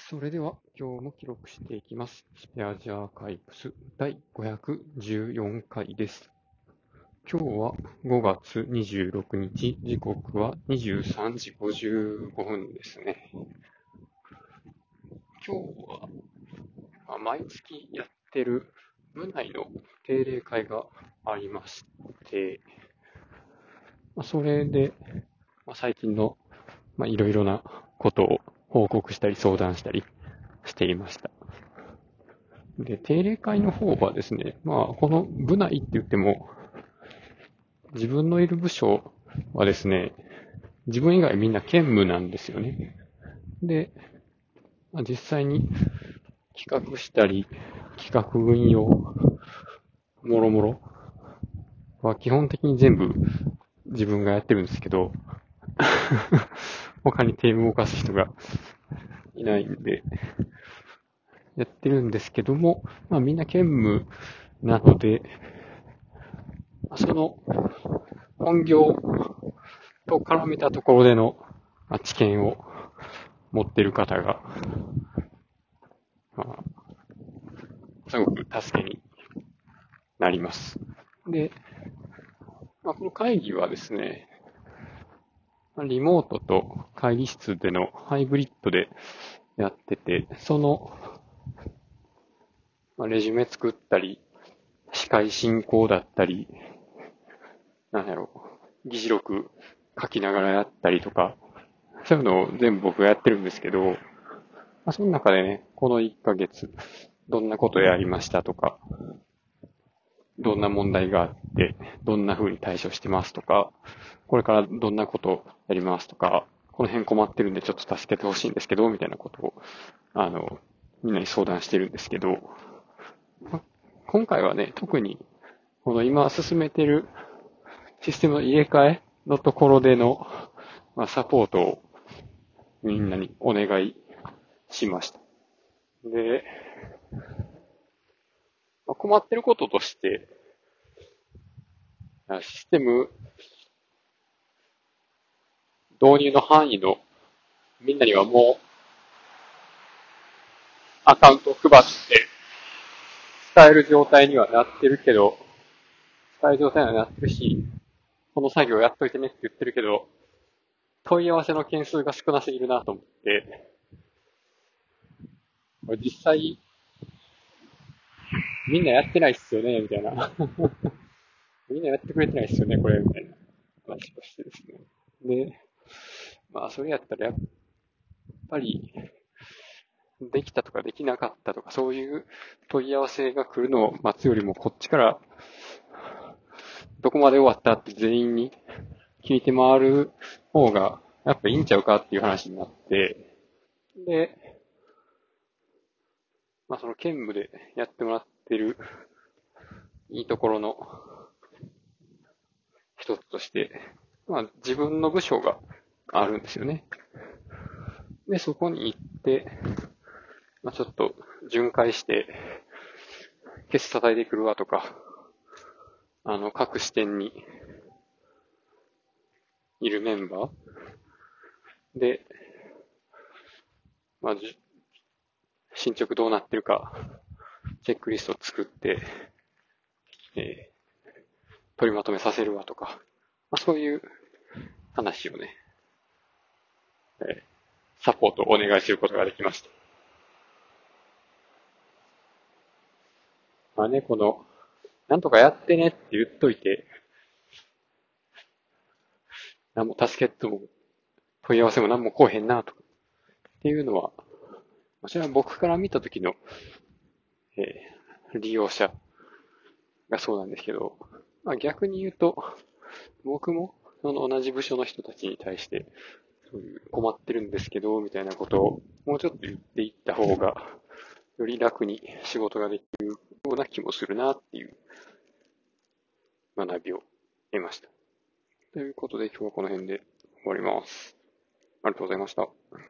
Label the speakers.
Speaker 1: それでは今日も記録していきます。スペアジアーカイブス第514回です。今日は5月26日、時刻は23時55分ですね。今日は毎月やってる部内の定例会がありまして、それで最近のいろいろなことを報告したり相談したりしていました。で、定例会の方はですね、この部内って言っても、自分のいる部署はですね、自分以外みんな兼務なんですよね。で、実際に企画したり、企画運用、もろもろは基本的に全部自分がやってるんですけど、他に手を動かす人がいないんで、やってるんですけども、みんな兼務なので、その本業と絡めたところでの知見を持っている方が、すごく助けになります。で、この会議はですね、リモートと会議室でのハイブリッドでやってて、そのレジュメ作ったり、司会進行だったり、議事録書きながらやったりとか、そういうのを全部僕がやってるんですけど、その中でね、この1ヶ月、どんなことやりましたとか、どんな問題があって、どんな風に対処してますとか、これからどんなことをやりますとか、この辺困ってるんでちょっと助けてほしいんですけど、みたいなことを、みんなに相談してるんですけど、今回はね、特に、この今進めてるシステムの入れ替えのところでの、サポートをみんなにお願いしました。で、困ってることとして、システム導入の範囲のみんなにはもうアカウントを配って使える状態にはなってるけど、使える状態にはなってるし、この作業やっといてねって言ってるけど、問い合わせの件数が少なすぎるなと思って、これ実際みんなやってないっすよね、みたいな。みんなやってくれてないっすよね、これ、みたいな話をしてですね。で、それやったらやっぱり、できたとかできなかったとか、そういう問い合わせが来るのを待つよりも、こっちからどこまで終わったって全員に聞いて回る方が、やっぱいいんちゃうかっていう話になって、で、その兼務でやってもらってるいいところの一つとして、自分の部署があるんですよね。で、そこに行って、ちょっと巡回して、ケツ叩いてくるわとか、各支店にいるメンバーで、進捗どうなってるか、チェックリストを作って、取りまとめさせるわとか、そういう話をね、サポートをお願いすることができました。この、なんとかやってねって言っといて、何も助けても、問い合わせも何も来おへんなとか、っていうのは、それは僕から見た時の、利用者がそうなんですけど、逆に言うと、僕もその同じ部署の人たちに対して、そういう困ってるんですけど、みたいなことをもうちょっと言っていった方が、より楽に仕事ができるような気もするなっていう学びを得ました。ということで今日はこの辺で終わります。ありがとうございました。